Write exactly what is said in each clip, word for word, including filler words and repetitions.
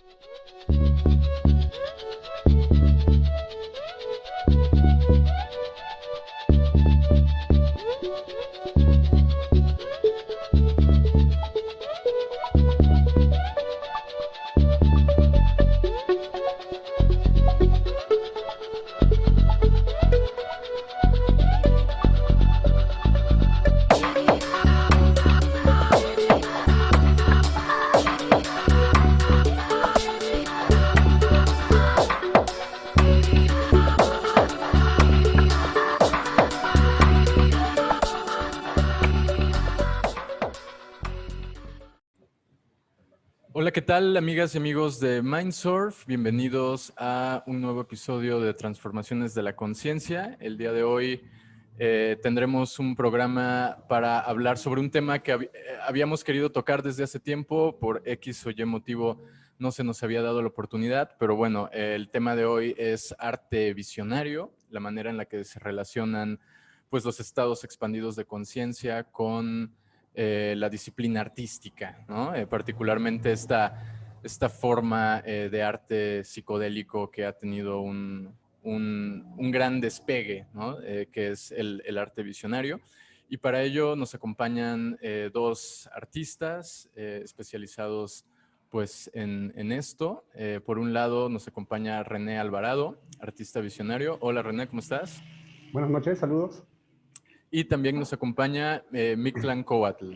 Hola, ¿qué tal, amigas y amigos de Mindsurf? Bienvenidos a un nuevo episodio de Transformaciones de la Conciencia. El día de hoy eh, tendremos un programa para hablar sobre un tema que hab eh, habíamos querido tocar desde hace tiempo. Por X o Y motivo no se nos había dado la oportunidad, pero bueno, eh, el tema de hoy es arte visionario, la manera en la que se relacionan pues, los estados expandidos de conciencia con Eh, la disciplina artística, ¿no? Eh, particularmente esta, esta forma eh, de arte psicodélico que ha tenido un, un, un gran despegue, ¿no? Eh, que es el, el arte visionario. Y para ello nos acompañan eh, dos artistas eh, especializados pues, en, en esto. Eh, por un lado nos acompaña René Alvarado, artista visionario. Hola René, ¿cómo estás? Buenas noches, saludos. Y también nos acompaña eh, Mictlan Coatl.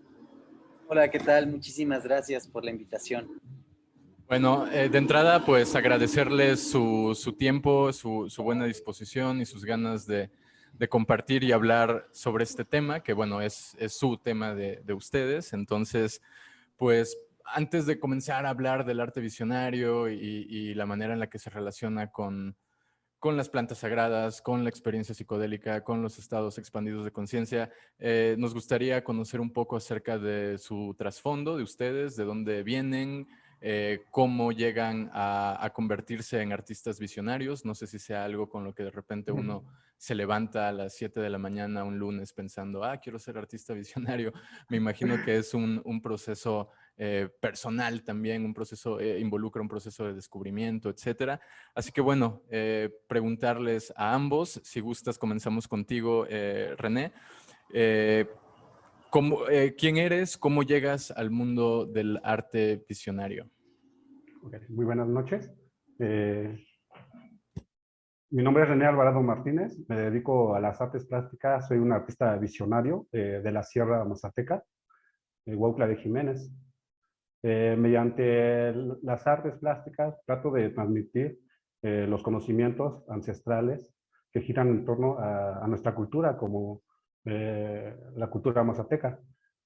Hola, ¿qué tal? Muchísimas gracias por la invitación. Bueno, eh, de entrada, pues agradecerles su, su tiempo, su, su buena disposición y sus ganas de, de compartir y hablar sobre este tema, que bueno, es, es su tema de, de ustedes. Entonces, pues antes de comenzar a hablar del arte visionario y, y la manera en la que se relaciona con, con las plantas sagradas, con la experiencia psicodélica, con los estados expandidos de conciencia. Eh, nos gustaría conocer un poco acerca de su trasfondo, de ustedes, de dónde vienen, eh, cómo llegan a, a convertirse en artistas visionarios. No sé si sea algo con lo que de repente uno se levanta a las siete de la mañana un lunes pensando, ah, quiero ser artista visionario. Me imagino que es un, un proceso eh, personal también, un proceso, eh, involucra un proceso de descubrimiento, etcétera. Así que bueno, eh, preguntarles a ambos, si gustas comenzamos contigo, eh, René. Eh, ¿cómo, eh, ¿Quién eres? ¿Cómo llegas al mundo del arte visionario? Okay. Muy buenas noches. Eh, mi nombre es René Alvarado Martínez, me dedico a las artes plásticas, soy un artista visionario eh, de la Sierra Mazateca, de Huautla de Jiménez. Eh, mediante las artes plásticas trato de transmitir eh, los conocimientos ancestrales que giran en torno a, a nuestra cultura, como eh, la cultura mazateca.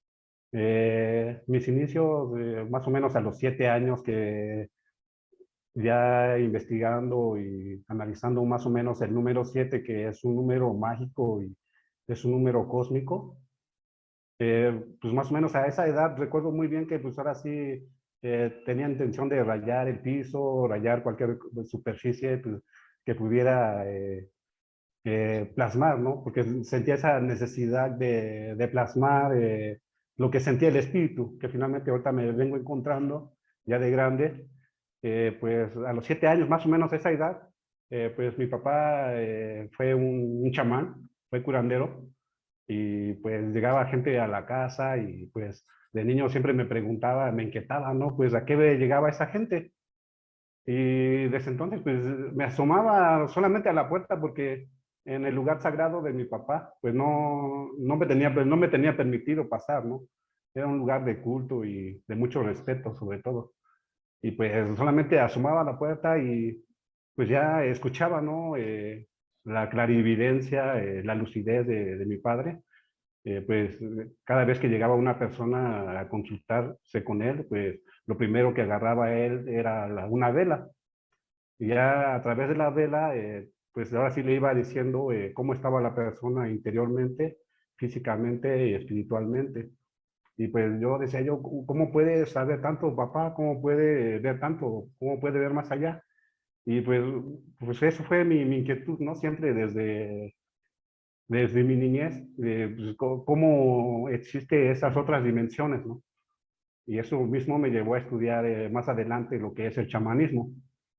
Eh, mis inicios, eh, más o menos a los siete años, que ya investigando y analizando más o menos el número siete, que es un número mágico y es un número cósmico, eh, pues más o menos a esa edad recuerdo muy bien que pues ahora sí eh, tenía intención de rayar el piso, rayar cualquier superficie pues, que pudiera eh, eh, plasmar, ¿no? Porque sentía esa necesidad de, de plasmar eh, lo que sentía el espíritu, que finalmente ahorita me vengo encontrando ya de grande. Eh, pues a los siete años, más o menos esa edad, eh, pues mi papá eh, fue un, un chamán, fue curandero, y pues llegaba gente a la casa y pues de niño siempre me preguntaba, me inquietaba, ¿no? Pues a qué llegaba esa gente. Y desde entonces pues me asomaba solamente a la puerta porque en el lugar sagrado de mi papá pues no, no, me, tenía, no me tenía permitido pasar, ¿no? Era un lugar de culto y de mucho respeto sobre todo. Y pues solamente asomaba a la puerta y pues ya escuchaba, ¿no? Eh, la clarividencia, eh, la lucidez de, de mi padre. Eh, pues cada vez que llegaba una persona a consultarse con él, pues lo primero que agarraba él era la, una vela. Y ya a través de la vela, eh, pues ahora sí le iba diciendo eh, cómo estaba la persona interiormente, físicamente y espiritualmente. Y pues yo decía yo, ¿cómo puede saber tanto papá? ¿Cómo puede ver tanto? ¿Cómo puede ver más allá? Y pues, pues eso fue mi, mi inquietud, ¿no? Siempre desde, desde mi niñez, eh, pues, cómo existe esas otras dimensiones, ¿no? y eso mismo me llevó a estudiar eh, más adelante lo que es el chamanismo.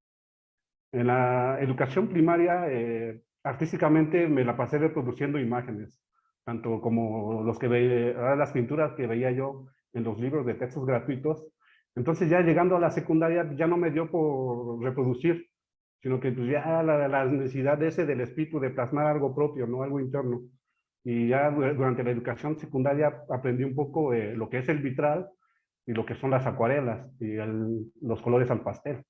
En la educación primaria, eh, artísticamente me la pasé reproduciendo imágenes, tanto como los que veía, las pinturas que veía yo en los libros de textos gratuitos. Entonces ya llegando a la secundaria ya no me dio por reproducir, sino que pues ya la, la necesidad de ese del espíritu de plasmar algo propio, ¿no? Algo interno. Y ya durante la educación secundaria aprendí un poco eh, lo que es el vitral y lo que son las acuarelas y el, los colores al pastel.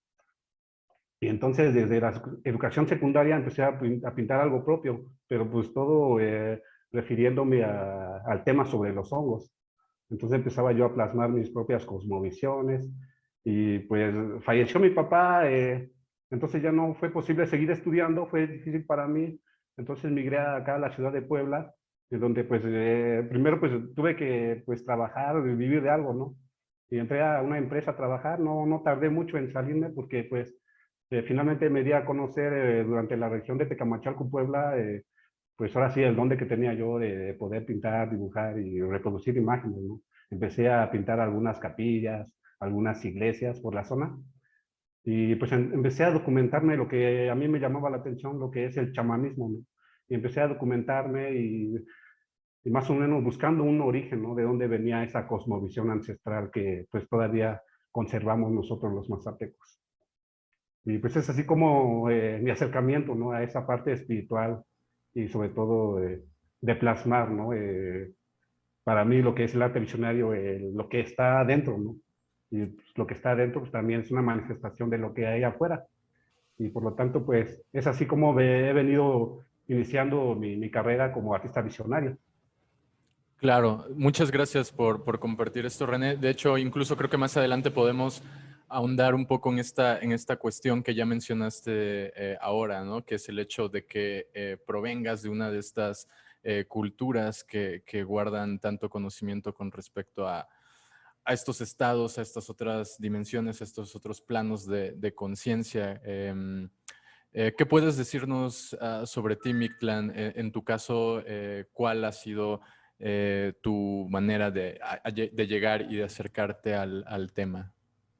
Y entonces desde la educación secundaria empecé a, a pintar algo propio, pero pues todo eh, refiriéndome a, al tema sobre los hongos. Entonces empezaba yo a plasmar mis propias cosmovisiones y pues falleció mi papá, eh, entonces ya no fue posible seguir estudiando, fue difícil para mí. Entonces migré acá a la ciudad de Puebla, de donde pues eh, primero pues tuve que pues trabajar, vivir de algo, ¿no? Y entré a una empresa a trabajar, no, no tardé mucho en salirme porque pues eh, finalmente me di a conocer eh, durante la región de Tecamachalco, Puebla, eh, pues ahora sí el don de que tenía yo de, de poder pintar, dibujar y reproducir imágenes, ¿no? Empecé a pintar algunas capillas, algunas iglesias por la zona y pues em, empecé a documentarme lo que a mí me llamaba la atención, lo que es el chamanismo, ¿no? Y empecé a documentarme y, y más o menos buscando un origen, ¿no? De dónde venía esa cosmovisión ancestral que pues todavía conservamos nosotros los mazatecos. Y pues es así como eh, mi acercamiento, ¿no? A esa parte espiritual y sobre todo eh, de plasmar, ¿no? Eh, para mí lo que es el arte visionario, eh, lo que está adentro, ¿no? Y pues, lo que está adentro pues, también es una manifestación de lo que hay afuera. Y por lo tanto, pues es así como he venido iniciando mi, mi carrera como artista visionario. Claro, muchas gracias por, por compartir esto, René. De hecho, incluso creo que más adelante podemos ahondar un poco en esta, en esta cuestión que ya mencionaste eh, ahora, ¿no? Que es el hecho de que eh, provengas de una de estas eh, culturas que, que guardan tanto conocimiento con respecto a, a estos estados, a estas otras dimensiones, a estos otros planos de, de conciencia. Eh, eh, ¿Qué puedes decirnos uh, sobre ti, Mictlán? Eh, en tu caso, eh, ¿cuál ha sido eh, tu manera de, a, de, llegar y de acercarte al, al tema?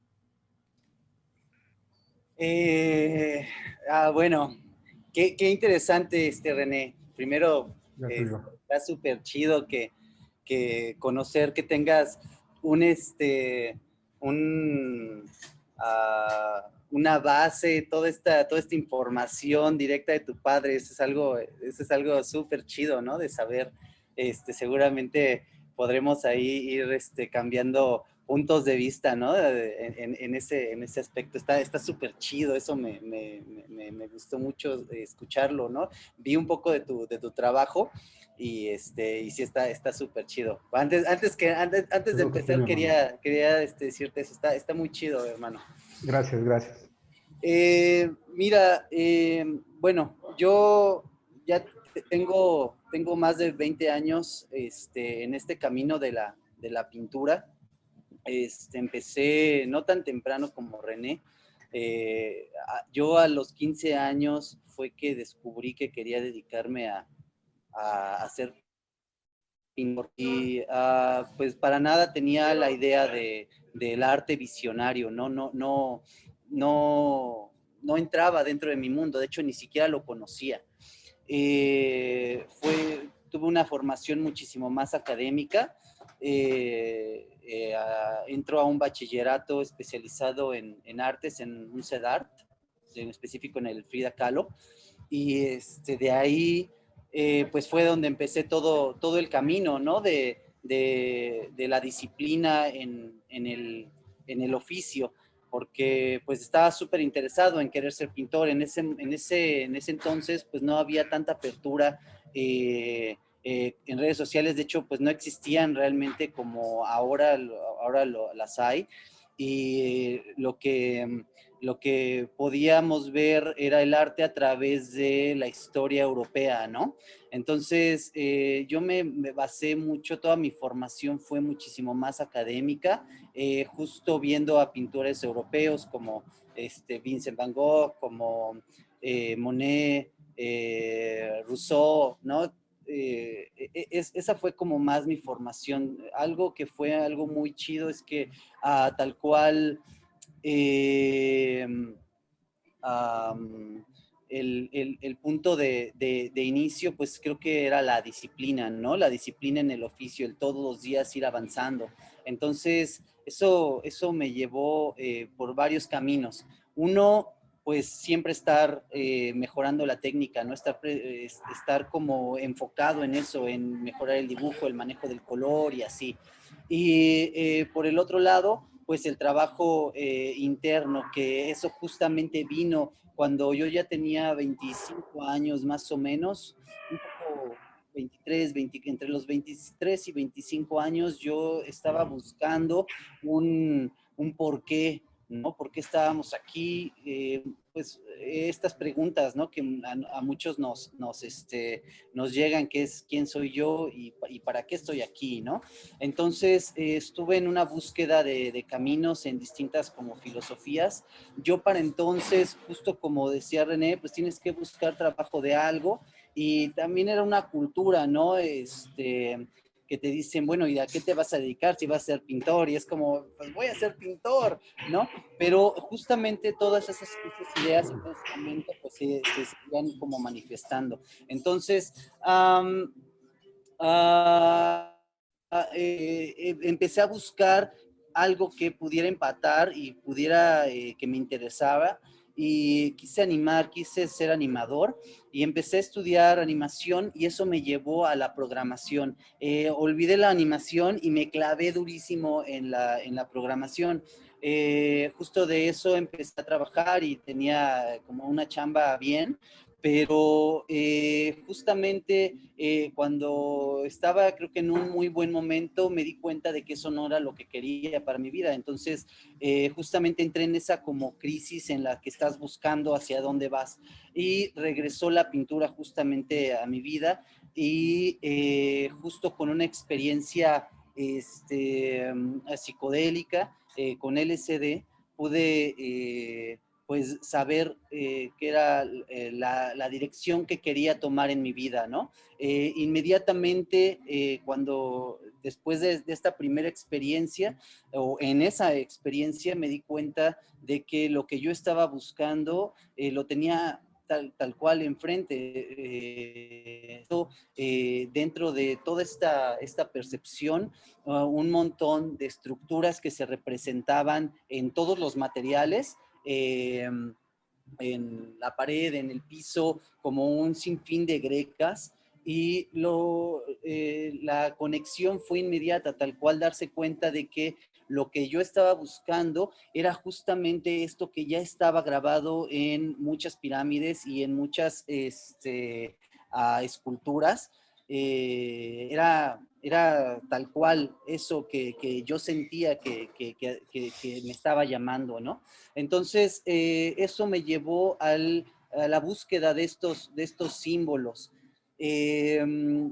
Eh, ah, bueno, qué, qué, interesante, este René. Primero, eh, está súper chido que, que conocer que tengas un, este, un, uh, una base, toda esta, toda esta información directa de tu padre. Eso es algo, eso es algo súper chido, ¿no? De saber, este, seguramente podremos ahí ir este, cambiando puntos de vista, ¿no? En, en, en, ese, en ese aspecto. Está súper chido, eso me, me, me, me, gustó mucho escucharlo, ¿no? Vi un poco de tu, de tu trabajo y, este, y sí está súper chido. Antes, antes, que, antes, antes de empezar quería, quería este, decirte eso, está, está muy chido, hermano. Gracias, gracias. Eh, mira, eh, bueno, yo ya tengo, tengo más de veinte años este, en este camino de la, de la pintura. Este, empecé no tan temprano como René. Eh, a, yo a los quince años fue que descubrí que quería dedicarme a, a hacer pintor y uh, pues para nada tenía la idea de, del arte visionario, no, no, no, no, no entraba dentro de mi mundo, de hecho ni siquiera lo conocía. Eh, fue, tuve una formación muchísimo más académica. Eh, eh, a, entró a un bachillerato especializado en, en artes, en un CEDART, en específico en el Frida Kahlo, y este, de ahí eh, pues fue donde empecé todo, todo el camino, ¿no? De, de, de la disciplina en, en, el, en el oficio, porque pues estaba súper interesado en querer ser pintor. En ese, en ese, en ese entonces pues no había tanta apertura eh, Eh, en redes sociales, de hecho, pues no existían realmente como ahora, ahora lo, las hay, y lo que, lo que podíamos ver era el arte a través de la historia europea, ¿no? Entonces, eh, yo me, me basé mucho, toda mi formación fue muchísimo más académica, eh, justo viendo a pintores europeos como este, Vincent Van Gogh, como eh, Monet, eh, Rousseau, ¿no? eh, es, esa fue como más mi formación. Algo que fue algo muy chido es que uh, tal cual eh, um, el, el, el, punto de, de, de inicio, pues creo que era la disciplina, ¿no? La disciplina en el oficio, el todos los días ir avanzando. Entonces, eso, eso me llevó eh, por varios caminos. Uno, pues siempre estar eh, mejorando la técnica, ¿no? Estar, eh, estar como enfocado en eso, en mejorar el dibujo, el manejo del color y así. Y eh, por el otro lado, pues el trabajo eh, interno, que eso justamente vino cuando yo ya tenía veinticinco años más o menos, un poco veintitrés, veinte, entre los veintitrés y veinticinco años, yo estaba buscando un, un porqué, ¿no? ¿Por qué estábamos aquí? Eh, pues estas preguntas, ¿no? Que a, a muchos nos, nos, este, nos llegan, que es quién soy yo y, y para qué estoy aquí, ¿no? Entonces eh, estuve en una búsqueda de, de caminos en distintas como filosofías. Yo para entonces, justo como decía René, pues tienes que buscar trabajo de algo y también era una cultura, ¿no? Este, que te dicen, bueno, ¿y a qué te vas a dedicar si vas a ser pintor? Y es como, pues voy a ser pintor, ¿no? Pero justamente todas esas, esas ideas en ese momento pues se, se seguían como manifestando. Entonces, um, uh, eh, eh, empecé a buscar algo que pudiera empatar y pudiera, eh, que me interesaba, y quise animar, quise ser animador y empecé a estudiar animación y eso me llevó a la programación. Eh, olvidé la animación y me clavé durísimo en la, en la programación. Eh, justo de eso empecé a trabajar y tenía como una chamba bien, pero eh, justamente eh, cuando estaba creo que en un muy buen momento me di cuenta de que eso no era lo que quería para mi vida. Entonces eh, justamente entré en esa como crisis en la que estás buscando hacia dónde vas y regresó la pintura justamente a mi vida y eh, justo con una experiencia este, psicodélica eh, con L S D pude eh, pues saber eh, qué era eh, la, la, dirección que quería tomar en mi vida, ¿no? Eh, inmediatamente, eh, cuando después de, de esta primera experiencia, o en esa experiencia me di cuenta de que lo que yo estaba buscando eh, lo tenía tal, tal cual enfrente. Eh, eh, dentro de toda esta, esta percepción, uh, un montón de estructuras que se representaban en todos los materiales, Eh, en la pared, en el piso, como un sinfín de grecas, y lo, eh, la conexión fue inmediata, tal cual darse cuenta de que lo que yo estaba buscando era justamente esto que ya estaba grabado en muchas pirámides y en muchas este, uh, esculturas. Eh, era, era tal cual eso que, que yo sentía que, que, que, que, me estaba llamando, ¿no? Entonces, eh, eso me llevó al, a la búsqueda de estos, de estos símbolos. Eh,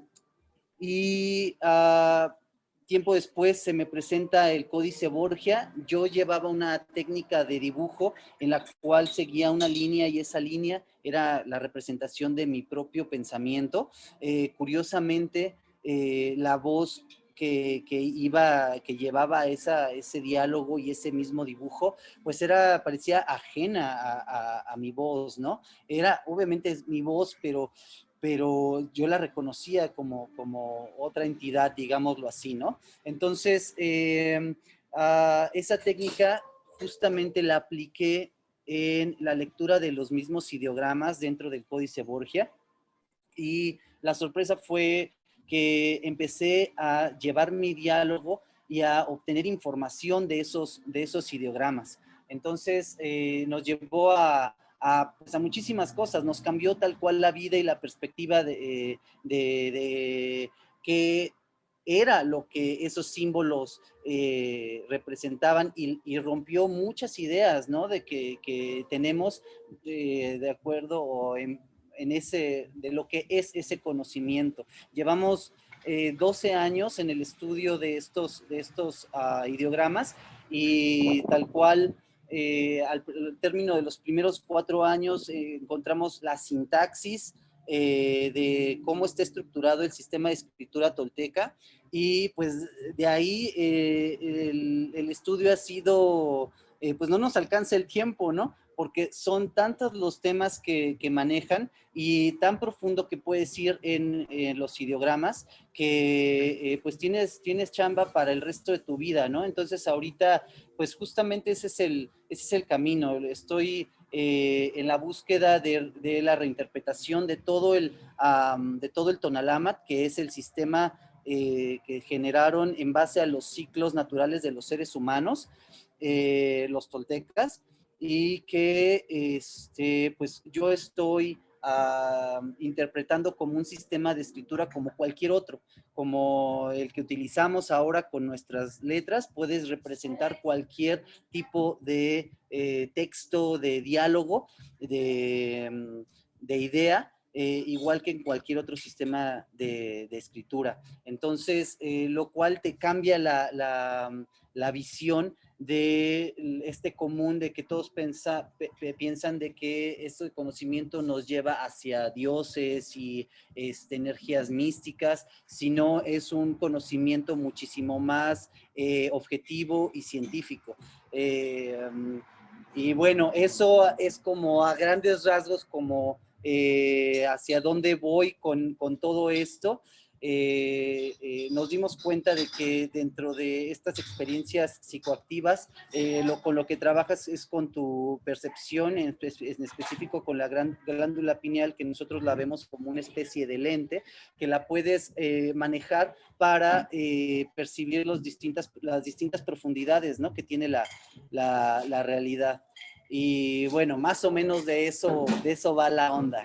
y uh, tiempo después se me presenta el Códice Borgia. Yo llevaba una técnica de dibujo en la cual seguía una línea y esa línea era la representación de mi propio pensamiento. Eh, curiosamente, eh, la voz que, que iba, que llevaba esa, ese diálogo y ese mismo dibujo, pues era, parecía ajena a, a, a mi voz, ¿no? Era, obviamente es mi voz, pero pero yo la reconocía como, como otra entidad, digámoslo así, ¿no? Entonces, eh, uh, esa técnica justamente la apliqué en la lectura de los mismos ideogramas dentro del Códice Borgia, y la sorpresa fue que empecé a llevar mi diálogo y a obtener información de esos, de esos ideogramas. Entonces, eh, nos llevó a, a, pues a muchísimas cosas, nos cambió tal cual la vida y la perspectiva de, de, de que era lo que esos símbolos eh, representaban, y, y rompió muchas ideas, ¿no? De que, que tenemos eh, de acuerdo o en, en ese, de lo que es ese conocimiento. Llevamos eh, doce años en el estudio de estos, de estos uh, ideogramas, y tal cual eh, al, al término de los primeros cuatro años eh, encontramos la sintaxis, eh, de cómo está estructurado el sistema de escritura tolteca, y pues de ahí eh, el, el estudio ha sido, eh, pues no nos alcanza el tiempo, ¿no? Porque son tantos los temas que, que manejan y tan profundo que puedes ir en, en los ideogramas que eh, pues tienes, tienes chamba para el resto de tu vida, ¿no? Entonces ahorita, pues justamente ese es el, ese es el camino. Estoy eh, en la búsqueda de, de la reinterpretación de todo el, um, de todo el Tonalámatl, que es el sistema eh, que generaron en base a los ciclos naturales de los seres humanos, eh, los toltecas, y que este, pues yo estoy uh, interpretando como un sistema de escritura como cualquier otro, como el que utilizamos ahora con nuestras letras. Puedes representar cualquier tipo de eh, texto, de diálogo, de, de idea, eh, igual que en cualquier otro sistema de, de escritura. Entonces, eh, lo cual te cambia la, la, la visión de este común de que todos pensa, pe, piensan de que este conocimiento nos lleva hacia dioses y este, energías místicas, sino es un conocimiento muchísimo más eh, objetivo y científico. Eh, y bueno, eso es como a grandes rasgos como eh, hacia dónde voy con, con todo esto. Eh, eh, nos dimos cuenta de que dentro de estas experiencias psicoactivas, eh, lo, con lo que trabajas es con tu percepción, en, en específico con la gran, glándula pineal, que nosotros la vemos como una especie de lente, que la puedes eh, manejar para eh, percibir los distintas, las distintas profundidades, ¿no?, que tiene la, la, la realidad. Y bueno, más o menos de eso, de eso va la onda.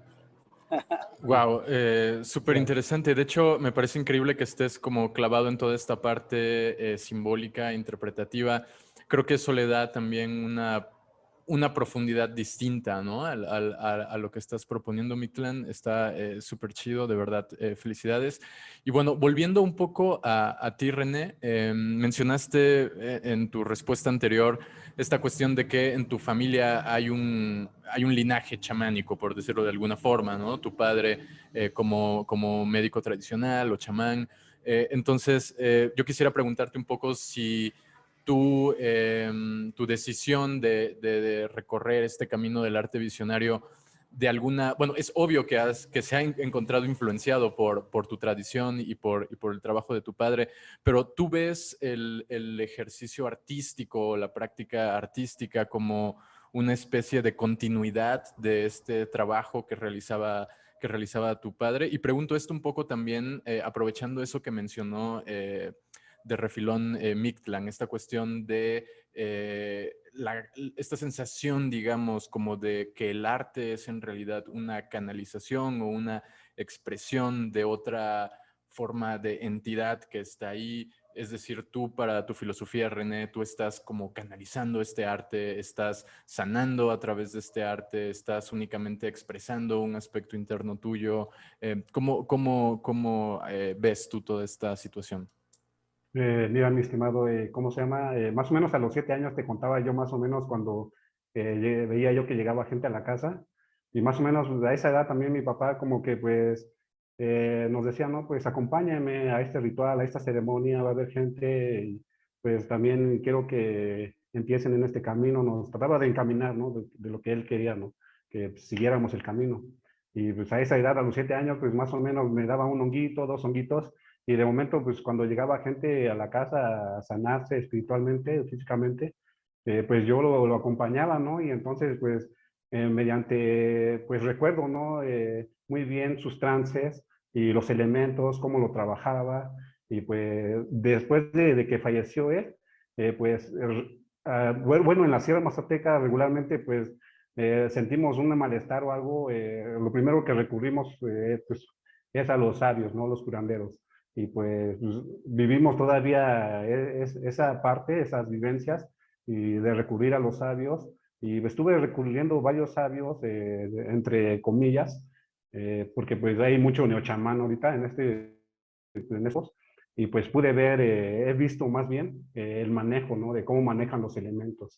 Wow, eh, súper interesante. De hecho, me parece increíble que estés como clavado en toda esta parte eh, simbólica, interpretativa. Creo que eso le da también una, una profundidad distinta, ¿no?, al, al, a, a lo que estás proponiendo, Mictlán. Está eh, súper chido, de verdad. Eh, felicidades. Y bueno, volviendo un poco a, a ti, René, eh, mencionaste eh, en tu respuesta anterior esta cuestión de que en tu familia hay un, hay un linaje chamánico, por decirlo de alguna forma, ¿no? Tu padre eh, como, como médico tradicional o chamán. Eh, entonces, eh, yo quisiera preguntarte un poco si tu, eh, tu decisión de, de, de recorrer este camino del arte visionario de alguna, bueno, es obvio que, has, que se ha encontrado influenciado por, por tu tradición y por, y por el trabajo de tu padre, pero tú ves el, el ejercicio artístico, la práctica artística como una especie de continuidad de este trabajo que realizaba, que realizaba tu padre. Y pregunto esto un poco también, eh, aprovechando eso que mencionó eh, de refilón eh, Mictlán, esta cuestión de eh, la, esta sensación, digamos, como de que el arte es en realidad una canalización o una expresión de otra forma de entidad que está ahí. Es decir, tú para tu filosofía, René, tú estás como canalizando este arte, estás sanando a través de este arte, estás únicamente expresando un aspecto interno tuyo. Eh, ¿Cómo, cómo, cómo eh, ves tú toda esta situación? Eh, mira, mi estimado, eh, ¿cómo se llama? Eh, más o menos a los siete años te contaba yo más o menos cuando eh, veía yo que llegaba gente a la casa, y más o menos a esa edad también mi papá como que pues eh, nos decía, no, pues acompáñame a este ritual, a esta ceremonia, va a haber gente, y pues también quiero que empiecen en este camino. Nos trataba de encaminar, ¿no?, de, de lo que él quería, ¿no?, que pues, siguiéramos el camino. Y pues a esa edad, a los siete años, pues más o menos me daba un honguito, dos honguitos. Y de momento, pues cuando llegaba gente a la casa a sanarse espiritualmente, físicamente, eh, pues yo lo, lo, acompañaba, ¿no? Y entonces, pues, eh, mediante, pues recuerdo, ¿no? Eh, muy bien sus trances y los elementos, cómo lo trabajaba. Y pues después de, de que falleció él, eh, pues, uh, bueno, en la Sierra Mazateca regularmente, pues, eh, sentimos un malestar o algo. Eh, lo primero que recurrimos, eh, pues, es a los sabios, ¿no? Los curanderos. Y pues vivimos todavía es, esa parte, esas vivencias, y de recurrir a los sabios. Y estuve recurriendo a varios sabios, eh, entre comillas, eh, porque pues hay mucho neochamán ahorita en, este, en estos, y pues pude ver, eh, he visto más bien eh, el manejo, ¿no?, de cómo manejan los elementos.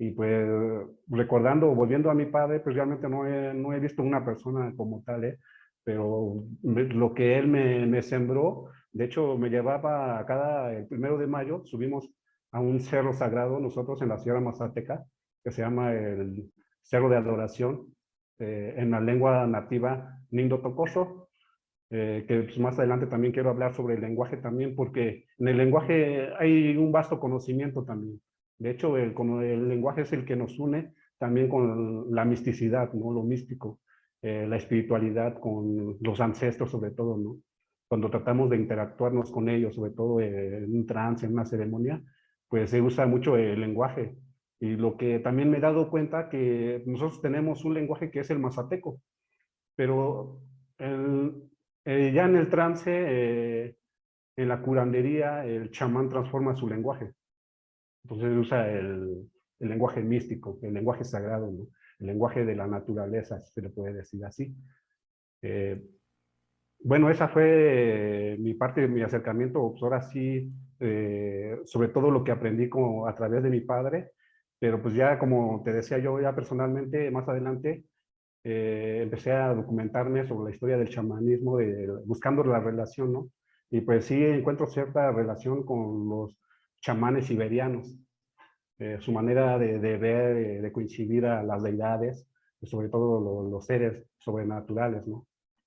Y pues recordando, volviendo a mi padre, pues realmente no he, no he visto una persona como tal, ¿eh? Pero me- lo que él me, me sembró, de hecho me llevaba a cada, el primero de mayo, subimos a un cerro sagrado nosotros en la Sierra Mazateca, que se llama el Cerro de Adoración, eh, en la lengua nativa Nindo Tocoso, eh, que pues, más adelante también quiero hablar sobre el lenguaje también, porque en el lenguaje hay un vasto conocimiento también. De hecho, el, como el lenguaje es el que nos une también con la misticidad, ¿no? Lo místico, eh, la espiritualidad con los ancestros sobre todo, ¿no? Cuando tratamos de interactuarnos con ellos, sobre todo en un trance, en una ceremonia, pues se usa mucho el lenguaje. Y lo que también me he dado cuenta que nosotros tenemos un lenguaje que es el mazateco, pero el, eh, ya en el trance, eh, en la curandería, el chamán transforma su lenguaje. Entonces usa el, el lenguaje místico, el lenguaje sagrado, ¿no? El lenguaje de la naturaleza, si se le puede decir así. Eh, bueno, esa fue eh, mi parte de mi acercamiento, pues ahora sí, eh, sobre todo lo que aprendí como a través de mi padre, pero pues ya como te decía yo, ya personalmente, más adelante, eh, empecé a documentarme sobre la historia del chamanismo, de, buscando la relación, ¿no? Y pues sí encuentro cierta relación con los chamanes siberianos, eh, su manera de, de ver, eh, de coincidir a las deidades, y sobre todo lo, los seres sobrenaturales, ¿no?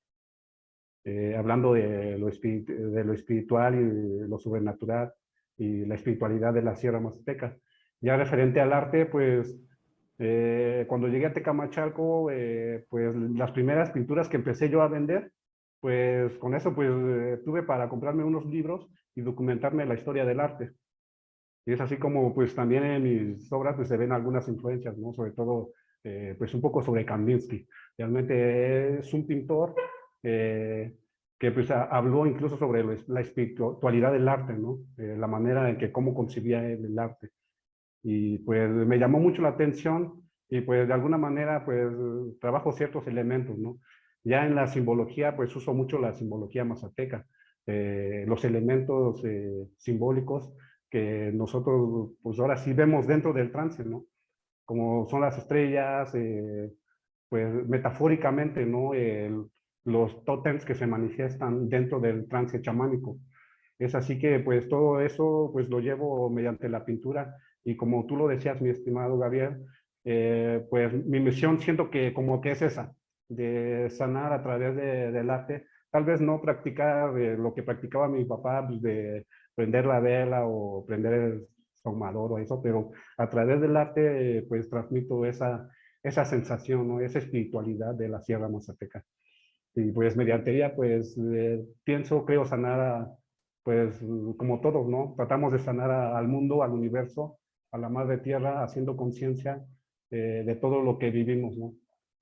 Eh, hablando de lo, espirit de lo espiritual y lo sobrenatural y la espiritualidad de la Sierra Mazateca. Ya referente al arte, pues eh, cuando llegué a Tecamachalco, eh, pues las primeras pinturas que empecé yo a vender, pues con eso pues eh, tuve para comprarme unos libros y documentarme la historia del arte. Y es así como pues también en mis obras pues se ven algunas influencias, ¿no? Sobre todo eh, pues un poco sobre Kandinsky. Realmente es un pintor eh, que pues a, habló incluso sobre la espiritualidad del arte, ¿no? Eh, la manera en que cómo concibía él el arte. Y pues me llamó mucho la atención y pues de alguna manera pues trabajo ciertos elementos, ¿no? Ya en la simbología pues uso mucho la simbología mazateca, eh, los elementos eh, simbólicos que nosotros pues ahora sí vemos dentro del trance, ¿no? Como son las estrellas, eh, pues metafóricamente, ¿no? El, los tótems que se manifiestan dentro del trance chamánico. Es así que pues todo eso pues lo llevo mediante la pintura y como tú lo decías, mi estimado Gabriel, eh, pues mi misión siento que como que es esa, de sanar a través de, del arte, tal vez no practicar eh, lo que practicaba mi papá, pues, de prender la vela o prender el saumador o eso, pero a través del arte eh, pues transmito esa, esa sensación, ¿no? Esa espiritualidad de la Sierra Mazateca. Y pues mediante ella, pues eh, pienso, creo sanar, a, pues como todos, ¿no? Tratamos de sanar a, al mundo, al universo, a la madre tierra, haciendo conciencia eh, de todo lo que vivimos, ¿no?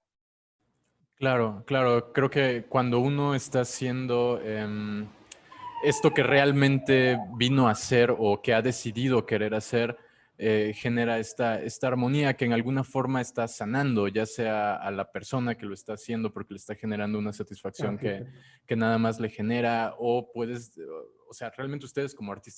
Claro, claro. Creo que cuando uno está haciendo eh, esto que realmente vino a hacer o que ha decidido querer hacer, eh, genera esta, esta armonía que en alguna forma está sanando, ya sea a la persona que lo está haciendo porque le está generando una satisfacción Así que, es. que nada más le genera, o puedes, o sea, realmente ustedes como artistas